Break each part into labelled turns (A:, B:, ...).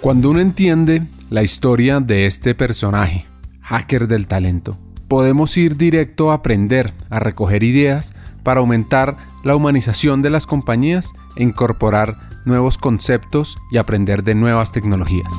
A: Cuando uno entiende la historia de este personaje, hacker del talento, podemos ir directo a aprender, a recoger ideas para aumentar la humanización de las compañías e incorporar nuevos conceptos y aprender de nuevas tecnologías.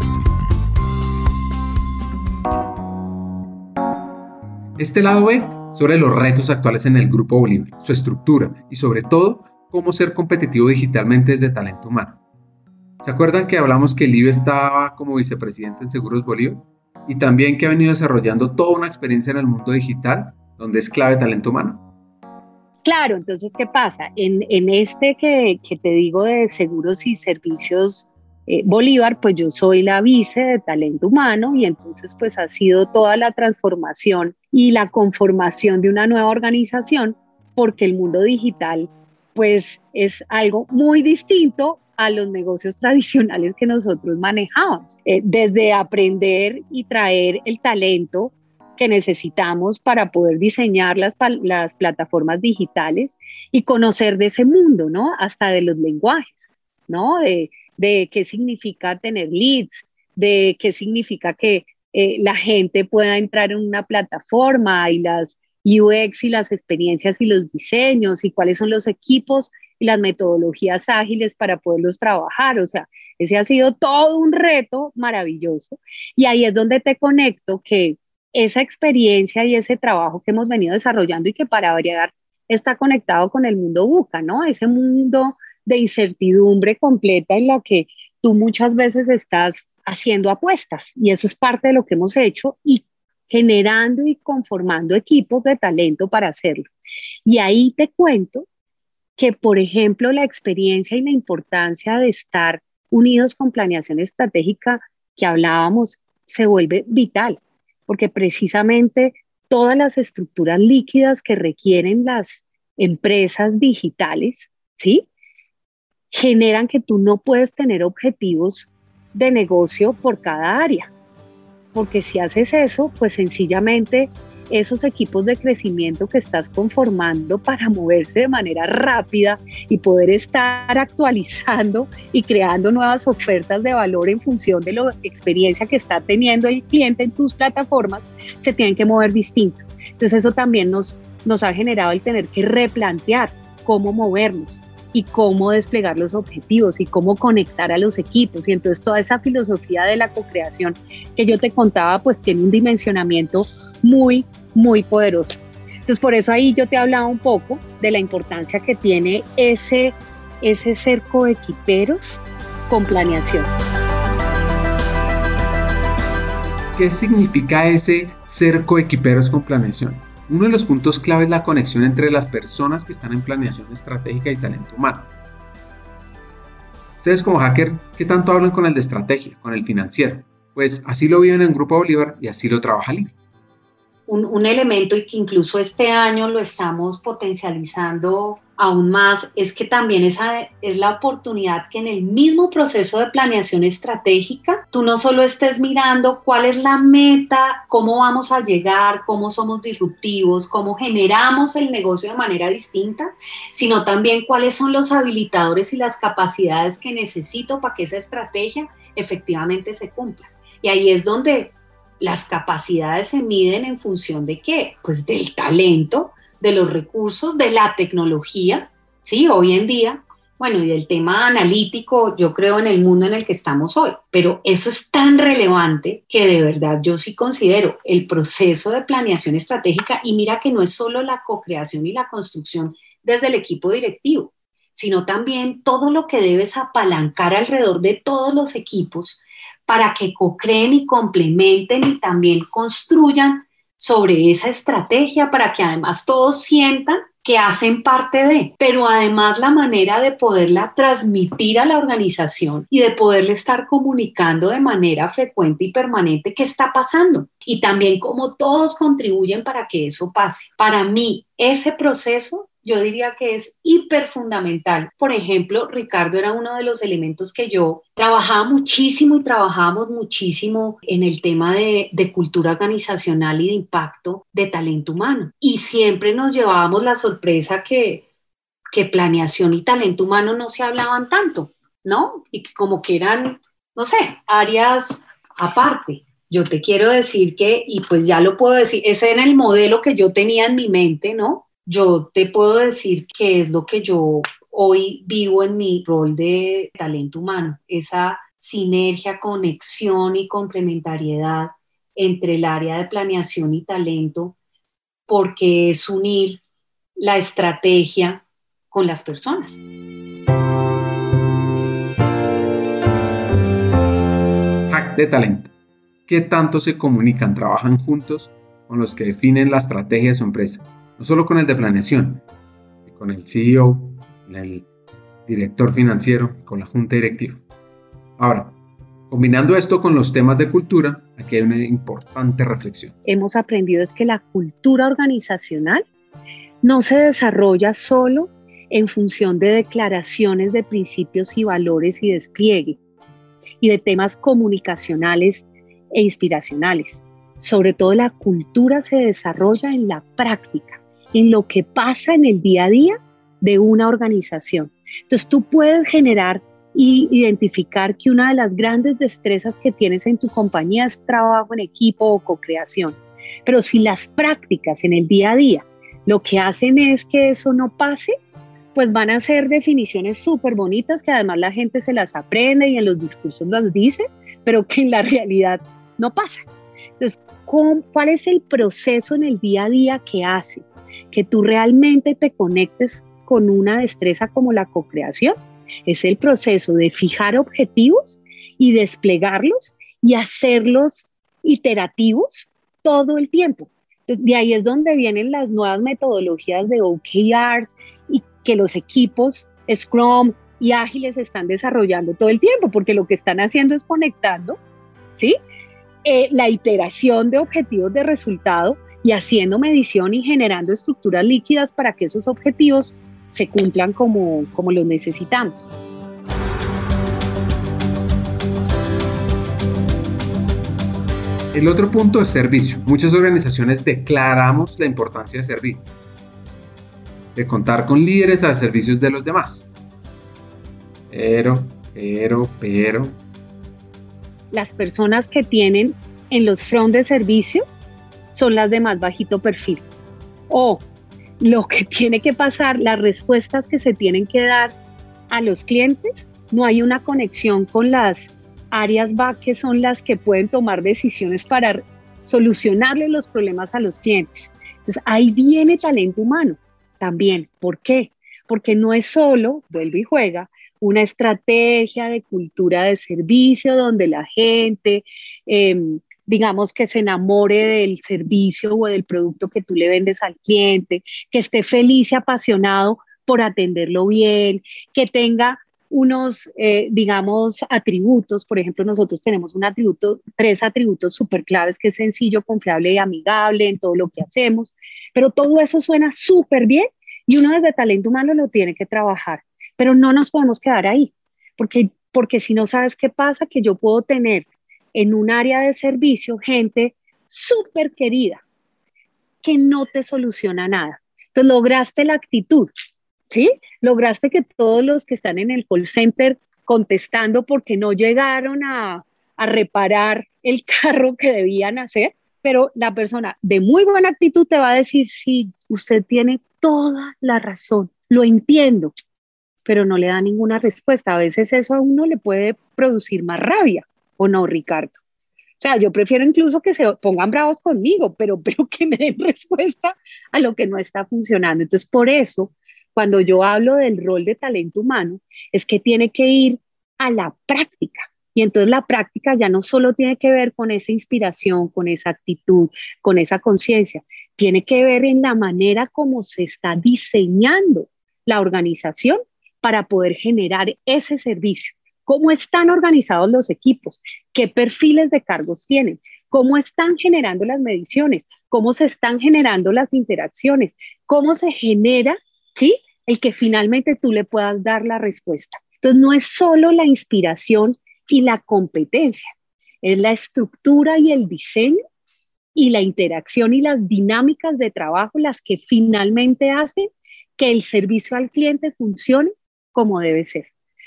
B: Este lado B sobre los retos actuales en el Grupo Bolívar, su estructura y sobre todo cómo ser competitivo digitalmente desde talento humano. ¿Se acuerdan que hablamos que el IBE estaba como vicepresidente en Seguros Bolívar? Y también que ha venido desarrollando toda una experiencia en el mundo digital donde es clave talento humano.
C: Claro, entonces, ¿qué pasa? En este que te digo de seguros y servicios Bolívar, pues yo soy la vice de talento humano y entonces pues ha sido toda la transformación y la conformación de una nueva organización porque el mundo digital pues es algo muy distinto a los negocios tradicionales que nosotros manejamos. Desde aprender y traer el talento que necesitamos para poder diseñar las plataformas digitales y conocer de ese mundo, ¿no? Hasta de los lenguajes, ¿no? De qué significa tener leads, de qué significa que la gente pueda entrar en una plataforma y las UX y las experiencias y los diseños y cuáles son los equipos y las metodologías ágiles para poderlos trabajar. O sea, ese ha sido todo un reto maravilloso. Y ahí es donde te conecto que esa experiencia y ese trabajo que hemos venido desarrollando y que para variar está conectado con el mundo VUCA, ¿no? Ese mundo de incertidumbre completa en la que tú muchas veces estás haciendo apuestas y eso es parte de lo que hemos hecho y generando y conformando equipos de talento para hacerlo. Y ahí te cuento que, por ejemplo, la experiencia y la importancia de estar unidos con planeación estratégica que hablábamos se vuelve vital, porque precisamente todas las estructuras líquidas que requieren las empresas digitales, ¿sí? Generan que tú no puedes tener objetivos de negocio por cada área, porque si haces eso, pues sencillamente esos equipos de crecimiento que estás conformando para moverse de manera rápida y poder estar actualizando y creando nuevas ofertas de valor en función de la experiencia que está teniendo el cliente en tus plataformas, se tienen que mover distinto. Entonces eso también nos ha generado el tener que replantear cómo movernos y cómo desplegar los objetivos y cómo conectar a los equipos. Y entonces toda esa filosofía de la co-creación que yo te contaba, pues tiene un dimensionamiento muy, muy poderoso. Entonces por eso ahí yo te hablaba un poco de la importancia que tiene ese ser coequiperos con planeación.
B: ¿Qué significa ese ser coequiperos con planeación? Uno de los puntos clave es la conexión entre las personas que están en planeación estratégica y talento humano. Ustedes como hacker, ¿qué tanto hablan con el de estrategia, con el financiero? Pues así lo viven en Grupo Bolívar y así lo trabaja el IBE.
D: Un elemento y que incluso este año lo estamos potencializando aún más es que también esa es la oportunidad que en el mismo proceso de planeación estratégica tú no solo estés mirando cuál es la meta, cómo vamos a llegar, cómo somos disruptivos, cómo generamos el negocio de manera distinta, sino también cuáles son los habilitadores y las capacidades que necesito para que esa estrategia efectivamente se cumpla. Y ahí es donde las capacidades se miden en función de ¿qué? Pues del talento, de los recursos, de la tecnología, ¿sí? Hoy en día, bueno, y del tema analítico, yo creo en el mundo en el que estamos hoy, pero eso es tan relevante que de verdad yo sí considero el proceso de planeación estratégica, y mira que no es solo la co-creación y la construcción desde el equipo directivo, sino también todo lo que debes apalancar alrededor de todos los equipos para que co-creen y complementen y también construyan sobre esa estrategia para que además todos sientan que hacen parte de, pero además la manera de poderla transmitir a la organización y de poderle estar comunicando de manera frecuente y permanente qué está pasando y también cómo todos contribuyen para que eso pase. Para mí, ese proceso yo diría que es hiper fundamental. Por ejemplo, Ricardo, era uno de los elementos que yo trabajaba muchísimo y trabajábamos muchísimo en el tema de cultura organizacional y de impacto de talento humano. Y siempre nos llevábamos la sorpresa que planeación y talento humano no se hablaban tanto, ¿no? Y que como que eran no sé, áreas aparte. Yo te quiero decir que, y pues ya lo puedo decir, ese era el modelo que yo tenía en mi mente, ¿no? Yo te puedo decir que es lo que yo hoy vivo en mi rol de talento humano, esa sinergia, conexión y complementariedad entre el área de planeación y talento, porque es unir la estrategia con las personas.
B: Hack de talento. ¿Qué tanto se comunican, trabajan juntos con los que definen la estrategia de su empresa? No solo con el de planeación, sino con el CEO, con el director financiero, con la junta directiva. Ahora, combinando esto con los temas de cultura, aquí hay una importante reflexión.
C: Hemos aprendido es que la cultura organizacional no se desarrolla solo en función de declaraciones de principios y valores y despliegue, y de temas comunicacionales e inspiracionales. Sobre todo la cultura se desarrolla en la práctica, en lo que pasa en el día a día de una organización. Entonces tú puedes generar y identificar que una de las grandes destrezas que tienes en tu compañía es trabajo en equipo o co-creación. Pero si las prácticas en el día a día lo que hacen es que eso no pase, pues van a ser definiciones súper bonitas que además la gente se las aprende y en los discursos las dice, pero que en la realidad no pasa. Entonces, ¿cuál es el proceso en el día a día que hace que tú realmente te conectes con una destreza como la co-creación? Es el proceso de fijar objetivos y desplegarlos y hacerlos iterativos todo el tiempo. Entonces, de ahí es donde vienen las nuevas metodologías de OKRs y que los equipos Scrum y ágiles están desarrollando todo el tiempo, porque lo que están haciendo es conectando, ¿sí? La iteración de objetivos de resultado y haciendo medición y generando estructuras líquidas para que esos objetivos se cumplan como los necesitamos.
B: El otro punto es servicio. Muchas organizaciones declaramos la importancia de servir, de contar con líderes al servicio de los demás. Pero.
C: Las personas que tienen en los front de servicio son las de más bajito perfil. O lo que tiene que pasar, las respuestas que se tienen que dar a los clientes, no hay una conexión con las áreas back que son las que pueden tomar decisiones para solucionarle los problemas a los clientes. Entonces ahí viene talento humano también. ¿Por qué? Porque no es solo, vuelve y juega, una estrategia de cultura de servicio donde la gente, digamos, que se enamore del servicio o del producto que tú le vendes al cliente, que esté feliz y apasionado por atenderlo bien, que tenga unos, digamos, atributos. Por ejemplo, nosotros tenemos tres atributos súper claves, que es sencillo, confiable y amigable en todo lo que hacemos, pero todo eso suena súper bien y uno desde talento humano lo tiene que trabajar, pero no nos podemos quedar ahí, porque si no, sabes qué pasa, que yo puedo tener en un área de servicio gente súper querida que no te soluciona nada. Entonces lograste la actitud, ¿sí? Lograste que todos los que están en el call center contestando porque no llegaron a reparar el carro que debían hacer, pero la persona de muy buena actitud te va a decir, sí, usted tiene toda la razón, lo entiendo, pero no le da ninguna respuesta. A veces eso a uno le puede producir más rabia, ¿o no, Ricardo? O sea, yo prefiero incluso que se pongan bravos conmigo, pero que me den respuesta a lo que no está funcionando. Entonces, por eso, cuando yo hablo del rol de talento humano, es que tiene que ir a la práctica. Y entonces la práctica ya no solo tiene que ver con esa inspiración, con esa actitud, con esa conciencia, tiene que ver en la manera como se está diseñando la organización para poder generar ese servicio. ¿Cómo están organizados los equipos? ¿Qué perfiles de cargos tienen? ¿Cómo están generando las mediciones? ¿Cómo se están generando las interacciones? ¿Cómo se genera, sí, el que finalmente tú le puedas dar la respuesta? Entonces no es solo la inspiración y la competencia, es la estructura y el diseño y la interacción y las dinámicas de trabajo las que finalmente hacen que el servicio al cliente funcione como debe ser.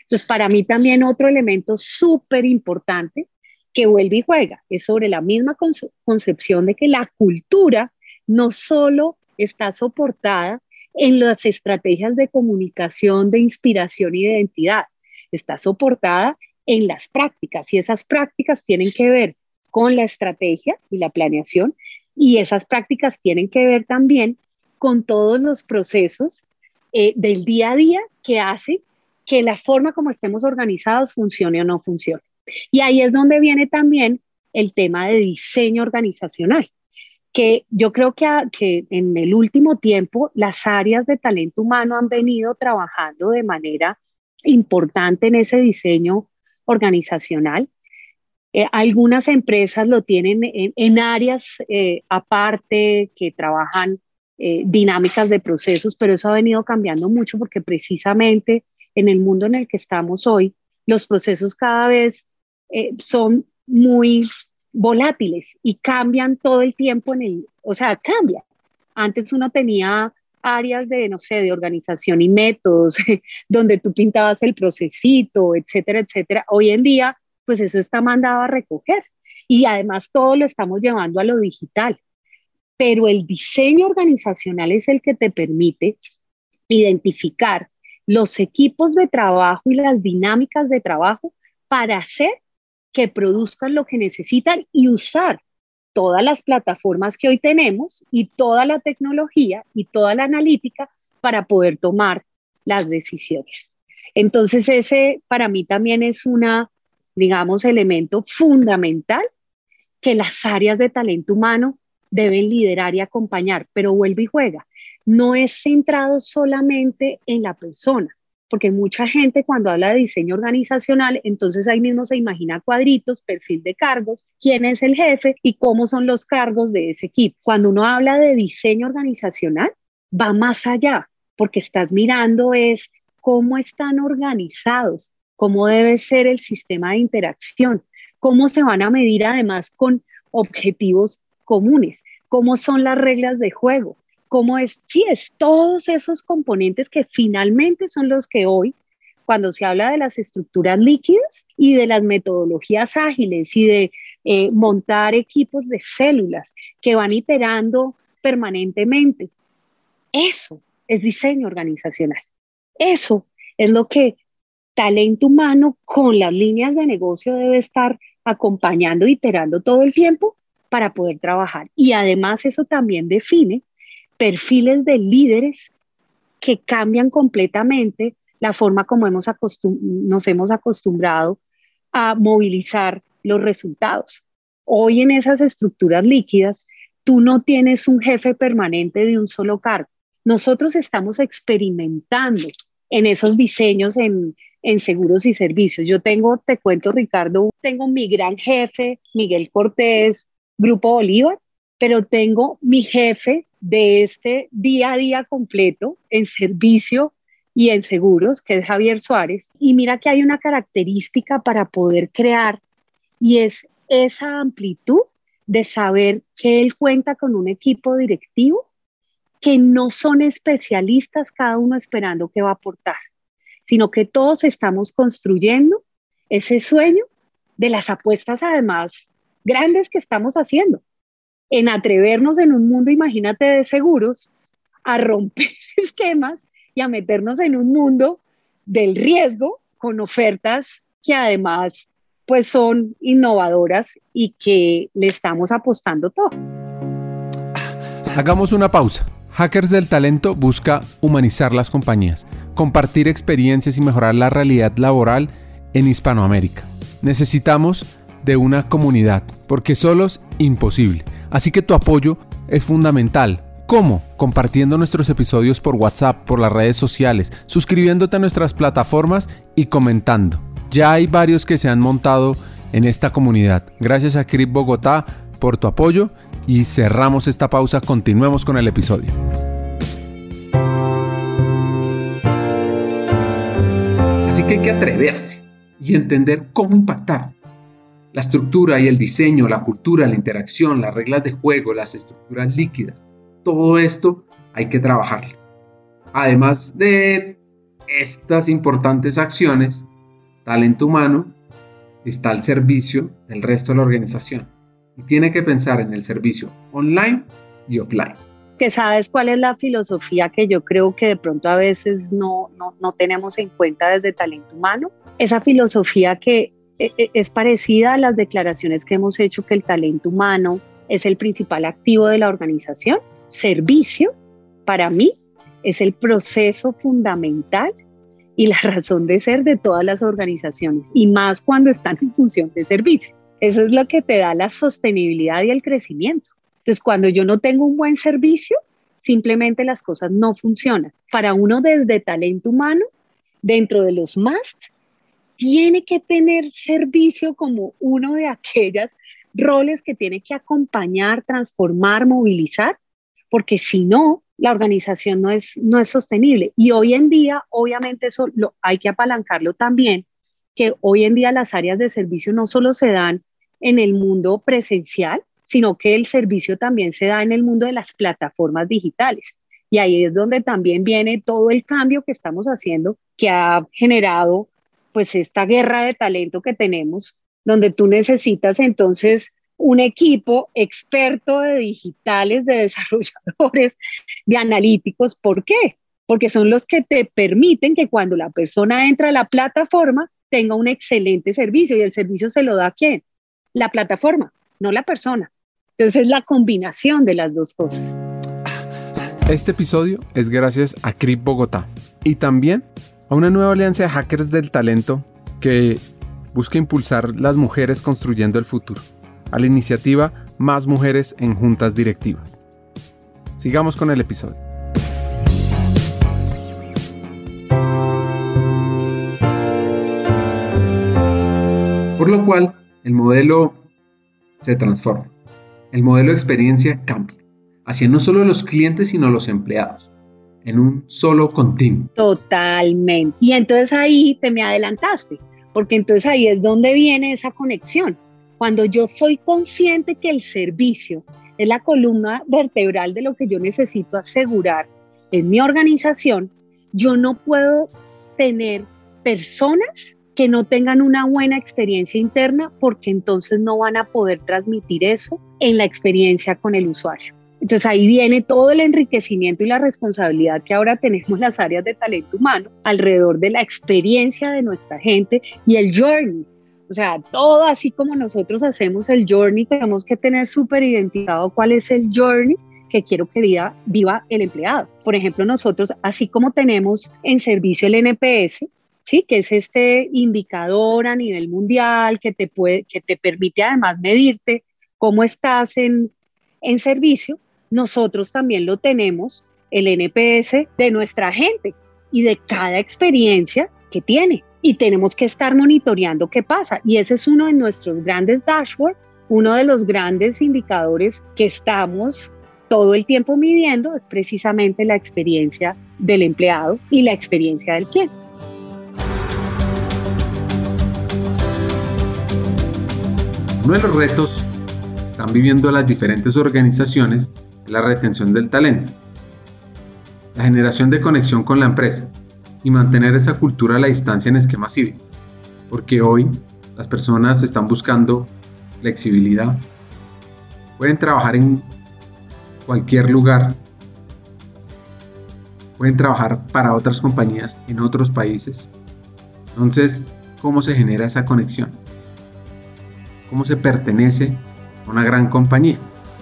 C: Entonces, para mí también otro elemento súper importante que vuelve y juega es sobre la misma concepción de que la cultura no solo está soportada en las estrategias de comunicación, de inspiración y de identidad, está soportada en las prácticas, y esas prácticas tienen que ver con la estrategia y la planeación, y esas prácticas tienen que ver también con todos los procesos del día a día que hacen que la forma como estemos organizados funcione o no funcione. Y ahí es donde viene también el tema de diseño organizacional, que yo creo que en el último tiempo las áreas de talento humano han venido trabajando de manera importante en ese diseño organizacional. Algunas empresas lo tienen en áreas aparte que trabajan dinámicas de procesos, pero eso ha venido cambiando mucho porque precisamente en el mundo en el que estamos hoy, los procesos cada vez son muy volátiles y cambian todo el tiempo o sea, cambian. Antes uno tenía áreas de, no sé, de organización y métodos, donde tú pintabas el procesito, etcétera, etcétera. Hoy en día, pues eso está mandado a recoger y además todo lo estamos llevando a lo digital. Pero el diseño organizacional es el que te permite identificar los equipos de trabajo y las dinámicas de trabajo para hacer que produzcan lo que necesitan y usar todas las plataformas que hoy tenemos y toda la tecnología y toda la analítica para poder tomar las decisiones. Entonces ese para mí también es digamos, elemento fundamental que las áreas de talento humano deben liderar y acompañar, pero vuelve y juega. No es centrado solamente en la persona, porque mucha gente cuando habla de diseño organizacional, entonces ahí mismo se imagina cuadritos, perfil de cargos, quién es el jefe y cómo son los cargos de ese equipo. Cuando uno habla de diseño organizacional, va más allá, porque estás mirando es cómo están organizados, cómo debe ser el sistema de interacción, cómo se van a medir además con objetivos comunes, cómo son las reglas de juego, cómo es todos esos componentes que finalmente son los que hoy, cuando se habla de las estructuras líquidas y de las metodologías ágiles y de montar equipos de células que van iterando permanentemente, eso es diseño organizacional. Eso es lo que talento humano con las líneas de negocio debe estar acompañando, iterando todo el tiempo para poder trabajar. Y además eso también define perfiles de líderes que cambian completamente la forma como nos hemos acostumbrado a movilizar los resultados. Hoy en esas estructuras líquidas, tú no tienes un jefe permanente de un solo cargo. Nosotros estamos experimentando en esos diseños en seguros y servicios. Te cuento, Ricardo, tengo mi gran jefe, Miguel Cortés, Grupo Bolívar, pero tengo mi jefe de este día a día completo en servicio y en seguros, que es Javier Suárez. Y mira que hay una característica para poder crear y es esa amplitud de saber que él cuenta con un equipo directivo que no son especialistas, cada uno esperando qué va a aportar, sino que todos estamos construyendo ese sueño de las apuestas además grandes que estamos haciendo, en atrevernos en un mundo, imagínate, de seguros, a romper esquemas y a meternos en un mundo del riesgo con ofertas que además pues son innovadoras y que le estamos apostando todo.
A: Hagamos una pausa. Hackers del Talento busca humanizar las compañías, compartir experiencias y mejorar la realidad laboral en Hispanoamérica. Necesitamos de una comunidad, porque solos imposible. Así que tu apoyo es fundamental. ¿Cómo? Compartiendo nuestros episodios por WhatsApp, por las redes sociales, suscribiéndote a nuestras plataformas y comentando. Ya hay varios que se han montado en esta comunidad. Gracias a CRIP Bogotá por tu apoyo y cerramos esta pausa. Continuemos con el episodio.
B: Así que hay que atreverse y entender cómo impactar. La estructura y el diseño, la cultura, la interacción, las reglas de juego, las estructuras líquidas, todo esto hay que trabajarlo. Además de estas importantes acciones, talento humano está al servicio del resto de la organización y tiene que pensar en el servicio online y offline.
C: Que sabes cuál es la filosofía que yo creo que de pronto a veces no tenemos en cuenta desde talento humano. Esa filosofía que es parecida a las declaraciones que hemos hecho, que el talento humano es el principal activo de la organización. Servicio, para mí, es el proceso fundamental y la razón de ser de todas las organizaciones, y más cuando están en función de servicio. Eso es lo que te da la sostenibilidad y el crecimiento. Entonces, cuando yo no tengo un buen servicio, simplemente las cosas no funcionan. Para uno desde talento humano, dentro de los must, tiene que tener servicio como uno de aquellos roles que tiene que acompañar, transformar, movilizar, porque si no, la organización no es sostenible. Y hoy en día, obviamente, eso hay que apalancarlo también, que hoy en día las áreas de servicio no solo se dan en el mundo presencial, sino que el servicio también se da en el mundo de las plataformas digitales. Y ahí es donde también viene todo el cambio que estamos haciendo, que ha generado pues esta guerra de talento que tenemos, donde tú necesitas entonces un equipo experto de digitales, de desarrolladores, de analíticos. ¿Por qué? Porque son los que te permiten que cuando la persona entra a la plataforma tenga un excelente servicio, y el servicio se lo da ¿a quién? La plataforma, no la persona. Entonces es la combinación de las dos cosas.
A: Este episodio es gracias a CRIP Bogotá y también a una nueva alianza de hackers del talento que busca impulsar las mujeres construyendo el futuro, a la iniciativa Más Mujeres en Juntas Directivas. Sigamos con el episodio.
B: Por lo cual, el modelo se transforma. El modelo de experiencia cambia, hacia no solo los clientes, sino los empleados, en un solo continuo.
C: Totalmente. Y entonces ahí te me adelantaste, porque entonces ahí es donde viene esa conexión. Cuando yo soy consciente que el servicio es la columna vertebral de lo que yo necesito asegurar en mi organización, yo no puedo tener personas que no tengan una buena experiencia interna, porque entonces no van a poder transmitir eso en la experiencia con el usuario. Entonces ahí viene todo el enriquecimiento y la responsabilidad que ahora tenemos las áreas de talento humano alrededor de la experiencia de nuestra gente y el journey. O sea, todo así como nosotros hacemos el journey, tenemos que tener súper identificado cuál es el journey que quiero que viva el empleado. Por ejemplo, nosotros, así como tenemos en servicio el NPS, ¿sí? Que es este indicador a nivel mundial que te permite además medirte cómo estás en servicio, nosotros también lo tenemos, el NPS de nuestra gente y de cada experiencia que tiene. Y tenemos que estar monitoreando qué pasa. Y ese es uno de nuestros grandes dashboards, uno de los grandes indicadores que estamos todo el tiempo midiendo, es precisamente la experiencia del empleado y la experiencia del cliente.
B: Uno de los retos que están viviendo las diferentes organizaciones es la retención del talento, la generación de conexión con la empresa y mantener esa cultura a la distancia en esquemas híbridos, porque hoy las personas están buscando flexibilidad, pueden trabajar en cualquier lugar, pueden trabajar para otras compañías en otros países. Entonces, ¿cómo se genera esa conexión? ¿Cómo se pertenece a una gran compañía?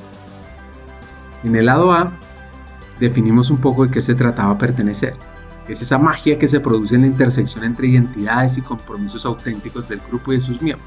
B: En el lado A definimos un poco de qué se trataba pertenecer, que es esa magia que se produce en la intersección entre identidades y compromisos auténticos del grupo y de sus miembros.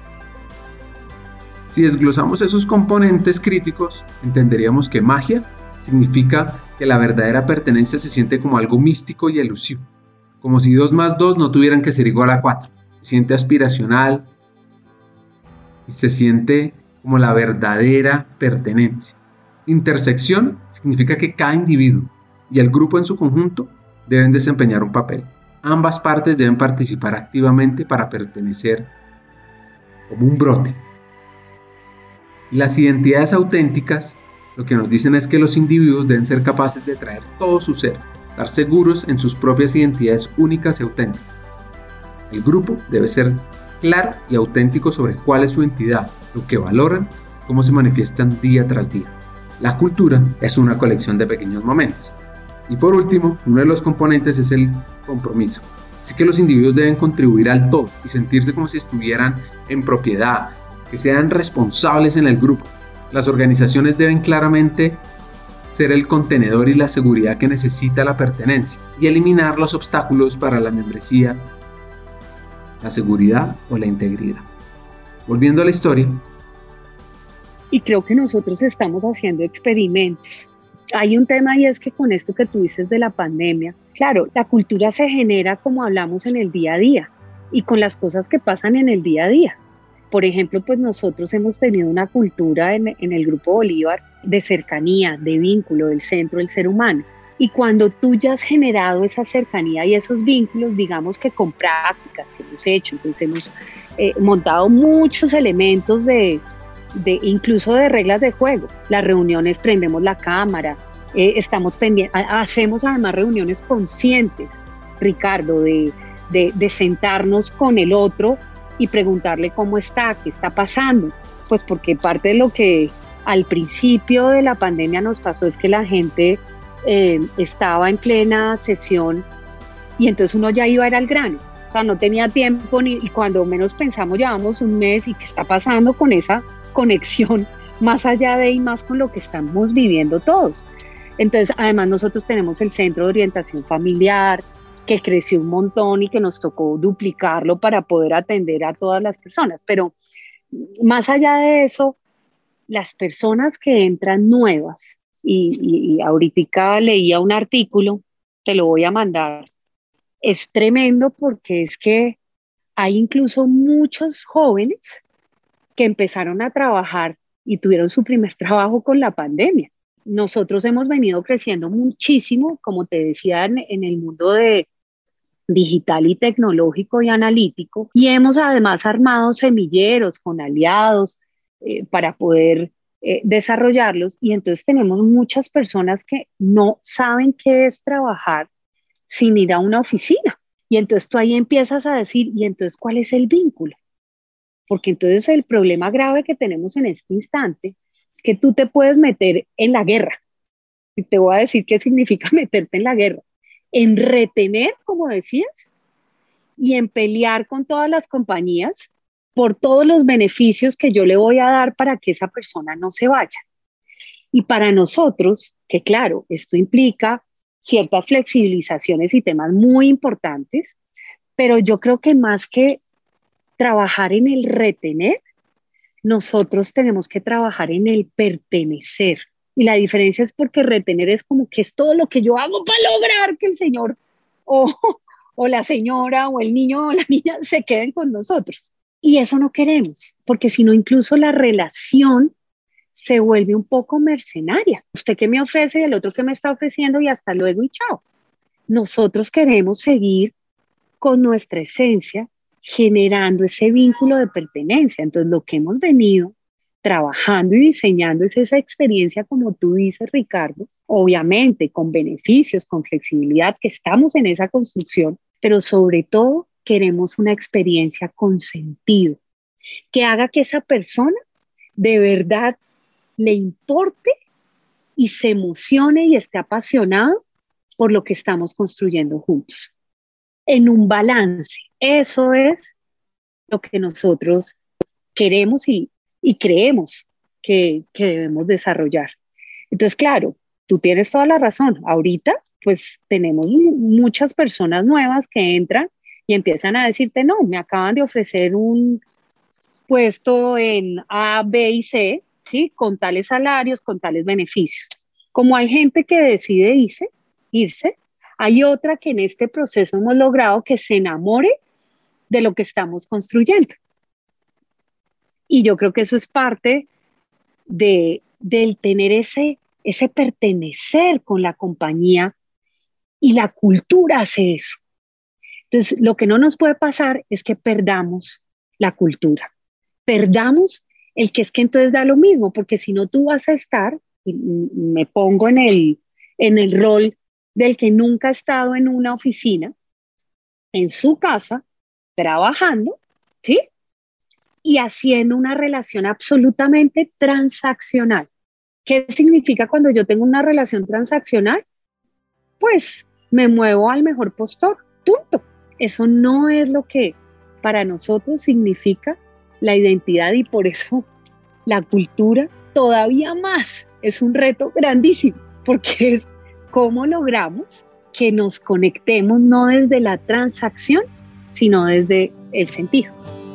B: Si desglosamos esos componentes críticos, entenderíamos que magia significa que la verdadera pertenencia se siente como algo místico y elusivo, como si 2 más 2 no tuvieran que ser igual a 4. Se siente aspiracional y se siente como la verdadera pertenencia. Intersección significa que cada individuo y el grupo en su conjunto deben desempeñar un papel. Ambas partes deben participar activamente para pertenecer como un brote. Y las identidades auténticas lo que nos dicen es que los individuos deben ser capaces de traer todo su ser, estar seguros en sus propias identidades únicas y auténticas. El grupo debe ser claro y auténtico sobre cuál es su entidad, lo que valoran, cómo se manifiestan día tras día. La cultura es una colección de pequeños momentos. Y por último, uno de los componentes es el compromiso. Así que los individuos deben contribuir al todo y sentirse como si estuvieran en propiedad, que sean responsables en el grupo. Las organizaciones deben claramente ser el contenedor y la seguridad que necesita la pertenencia y eliminar los obstáculos para la membresía, la seguridad o la integridad. Volviendo a la historia.
C: Y creo que nosotros estamos haciendo experimentos. Hay un tema y es que con esto que tú dices de la pandemia, claro, la cultura se genera como hablamos en el día a día y con las cosas que pasan en el día a día. Por ejemplo, pues nosotros hemos tenido una cultura en el Grupo Bolívar de cercanía, de vínculo, del centro del ser humano. Y cuando tú ya has generado esa cercanía y esos vínculos, digamos que con prácticas que hemos hecho, entonces hemos montado muchos elementos incluso de reglas de juego. Las reuniones prendemos la cámara, estamos pendientes, hacemos además reuniones conscientes, Ricardo, de sentarnos con el otro y preguntarle cómo está, qué está pasando. Pues porque parte de lo que al principio de la pandemia nos pasó es que la gente estaba en plena sesión y entonces uno ya iba a ir al grano. O sea, no tenía tiempo y cuando menos pensamos llevamos un mes y qué está pasando con esa conexión más allá de y más con lo que estamos viviendo todos. Entonces, además nosotros tenemos el Centro de Orientación Familiar que creció un montón y que nos tocó duplicarlo para poder atender a todas las personas. Pero más allá de eso, las personas que entran nuevas, y ahorita leía un artículo, te lo voy a mandar, es tremendo porque es que hay incluso muchos jóvenes que empezaron a trabajar y tuvieron su primer trabajo con la pandemia. Nosotros hemos venido creciendo muchísimo, como te decía, en el mundo de digital y tecnológico y analítico, y hemos además armado semilleros con aliados para poder desarrollarlos, y entonces tenemos muchas personas que no saben qué es trabajar sin ir a una oficina, y entonces tú ahí empiezas a decir, ¿y entonces cuál es el vínculo? Porque entonces el problema grave que tenemos en este instante es que tú te puedes meter en la guerra, y te voy a decir qué significa meterte en la guerra, en retener, como decías, y en pelear con todas las compañías por todos los beneficios que yo le voy a dar para que esa persona no se vaya. Y para nosotros, que claro, esto implica ciertas flexibilizaciones y temas muy importantes, pero yo creo que más que trabajar en el retener, nosotros tenemos que trabajar en el pertenecer. Y la diferencia es porque retener es como que es todo lo que yo hago para lograr que el señor o, o la señora o el niño o la niña se queden con nosotros. Y eso no queremos, porque si no incluso la relación se vuelve un poco mercenaria. Usted que me ofrece y el otro que me está ofreciendo y hasta luego y chao. Nosotros queremos seguir con nuestra esencia generando ese vínculo de pertenencia. Entonces lo que hemos venido trabajando y diseñando es esa experiencia, como tú dices, Ricardo, obviamente con beneficios, con flexibilidad, que estamos en esa construcción, pero sobre todo queremos una experiencia con sentido, que haga que esa persona de verdad le importe y se emocione y esté apasionado por lo que estamos construyendo juntos, en un balance. Eso es lo que nosotros queremos y creemos que debemos desarrollar. Entonces, claro, tú tienes toda la razón. Ahorita, pues tenemos muchas personas nuevas que entran y empiezan a decirte, no, me acaban de ofrecer un puesto en A, B y C, ¿sí? Con tales salarios, con tales beneficios. Como hay gente que decide irse, hay otra que en este proceso hemos logrado que se enamore de lo que estamos construyendo. Y yo creo que eso es parte del tener ese pertenecer con la compañía, y la cultura hace eso. Entonces, lo que no nos puede pasar es que perdamos la cultura, perdamos el que es que entonces da lo mismo, porque si no tú vas a estar, y me pongo en el rol del que nunca ha estado en una oficina, en su casa, trabajando, ¿sí? Y haciendo una relación absolutamente transaccional. ¿Qué significa cuando yo tengo una relación transaccional? Pues me muevo al mejor postor, punto. Eso no es lo que para nosotros significa la identidad, y por eso la cultura todavía más es un reto grandísimo, porque es cómo logramos que nos conectemos no desde la transacción, sino desde el sentido.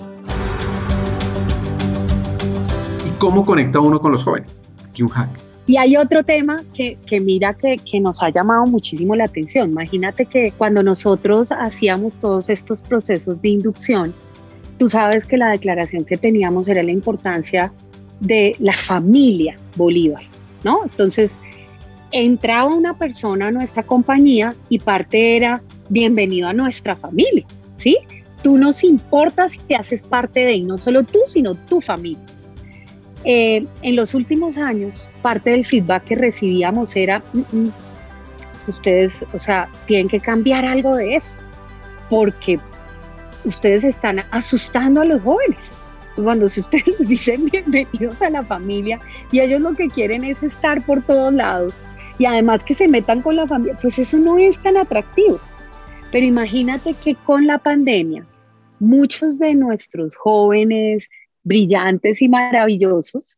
B: ¿Y cómo conecta uno con los jóvenes? Aquí un hack.
C: Y hay otro tema que mira que nos ha llamado muchísimo la atención. Imagínate que cuando nosotros hacíamos todos estos procesos de inducción, tú sabes que la declaración que teníamos era la importancia de la familia Bolívar, ¿no? Entonces, entraba una persona a nuestra compañía y parte era bienvenido a nuestra familia, ¿sí? Tú nos importas y te haces parte de, y no solo tú, sino tu familia. En los últimos años, parte del feedback que recibíamos era, ustedes, o sea, tienen que cambiar algo de eso, porque ustedes están asustando a los jóvenes. Cuando ustedes les dicen bienvenidos a la familia y ellos lo que quieren es estar por todos lados y además que se metan con la familia, pues eso no es tan atractivo. Pero imagínate que con la pandemia, muchos de nuestros jóvenes brillantes y maravillosos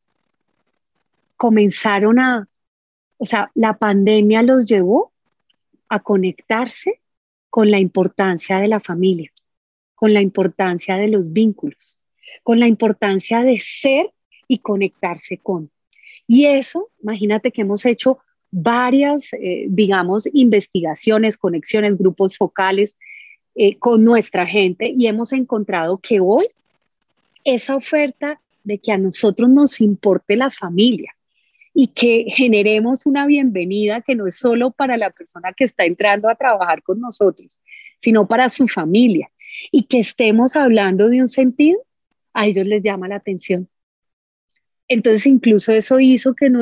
C: comenzaron o sea, la pandemia los llevó a conectarse con la importancia de la familia, con la importancia de los vínculos, con la importancia de ser y conectarse con. Y eso, imagínate que hemos hecho varias, digamos, investigaciones, conexiones, grupos focales con nuestra gente y hemos encontrado que hoy esa oferta de que a nosotros nos importe la familia y que generemos una bienvenida que no es solo para la persona que está entrando a trabajar con nosotros, sino para su familia, y que estemos hablando de un sentido, a ellos les llama la atención. Entonces, incluso eso hizo que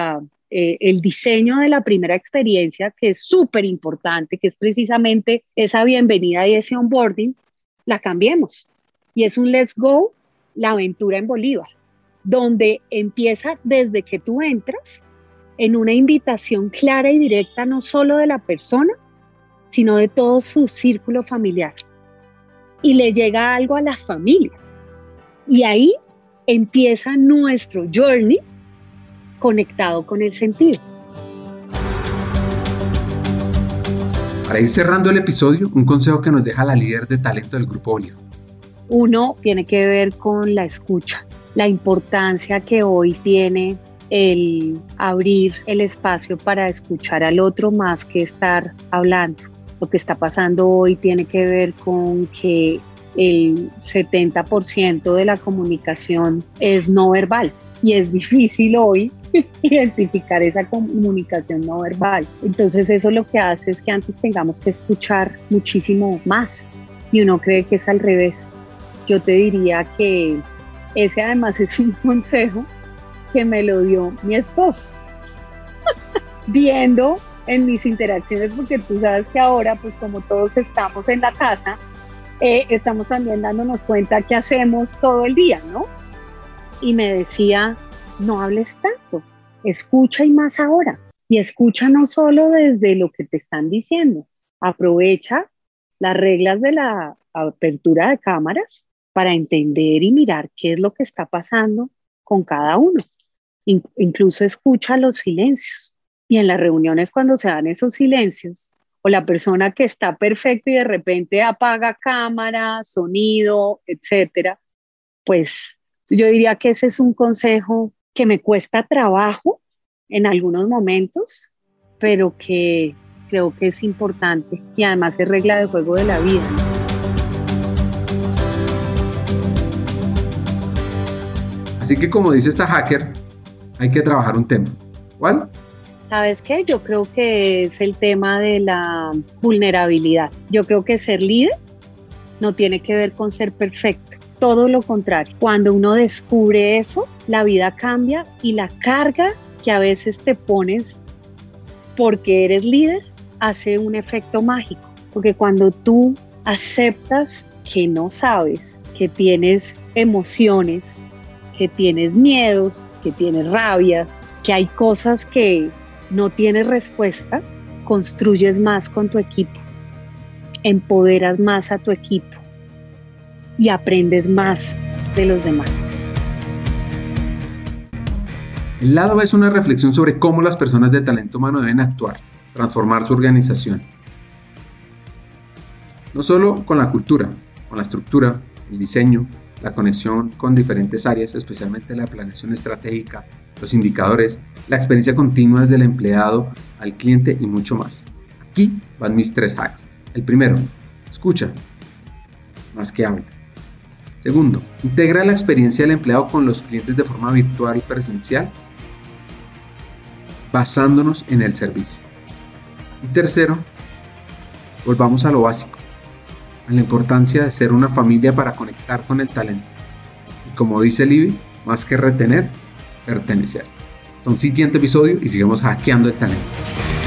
C: el diseño de la primera experiencia, que es súper importante, que es precisamente esa bienvenida y ese onboarding, la cambiemos. Y es un let's go, la aventura en Bolívar, donde empieza desde que tú entras en una invitación clara y directa, no solo de la persona, sino de todo su círculo familiar. Y le llega algo a la familia. Y ahí empieza nuestro journey conectado con el sentido.
B: Para ir cerrando el episodio, un consejo que nos deja la líder de talento del Grupo Bolívar.
C: Uno tiene que ver con la escucha, la importancia que hoy tiene el abrir el espacio para escuchar al otro más que estar hablando. Lo que está pasando hoy tiene que ver con que el 70% de la comunicación es no verbal y es difícil hoy identificar esa comunicación no verbal. Entonces eso lo que hace es que antes tengamos que escuchar muchísimo más y uno cree que es al revés. Yo te diría que ese además es un consejo que me lo dio mi esposo, viendo en mis interacciones, porque tú sabes que ahora, pues como todos estamos en la casa, estamos también dándonos cuenta qué hacemos todo el día, ¿no? Y me decía, no hables tanto, escucha y más ahora. Y escucha no solo desde lo que te están diciendo, aprovecha las reglas de la apertura de cámaras para entender y mirar qué es lo que está pasando con cada uno. Incluso escucha los silencios. Y en las reuniones cuando se dan esos silencios, o la persona que está perfecta y de repente apaga cámara, sonido, etcétera, pues yo diría que ese es un consejo que me cuesta trabajo en algunos momentos, pero que creo que es importante y además es regla de juego de la vida, ¿no?
B: Así que como dice esta hacker, hay que trabajar un tema. ¿Cuál?
C: ¿Sabes qué? Yo creo que es el tema de la vulnerabilidad. Yo creo que ser líder no tiene que ver con ser perfecto. Todo lo contrario. Cuando uno descubre eso, la vida cambia y la carga que a veces te pones porque eres líder hace un efecto mágico. Porque cuando tú aceptas que no sabes, que tienes emociones, que tienes miedos, que tienes rabias, que hay cosas que no tienes respuesta, construyes más con tu equipo, empoderas más a tu equipo y aprendes más de los demás.
B: El lado B es una reflexión sobre cómo las personas de talento humano deben actuar, transformar su organización. No solo con la cultura, con la estructura, el diseño, la conexión con diferentes áreas, especialmente la planeación estratégica, los indicadores, la experiencia continua desde el empleado al cliente y mucho más. Aquí van mis 3 hacks. El primero, escucha, más que habla. Segundo, integra la experiencia del empleado con los clientes de forma virtual y presencial, basándonos en el servicio. Y tercero, volvamos a lo básico, a la importancia de ser una familia para conectar con el talento. Y como dice Libby, más que retener, pertenecer. Hasta un siguiente episodio y sigamos hackeando el talento.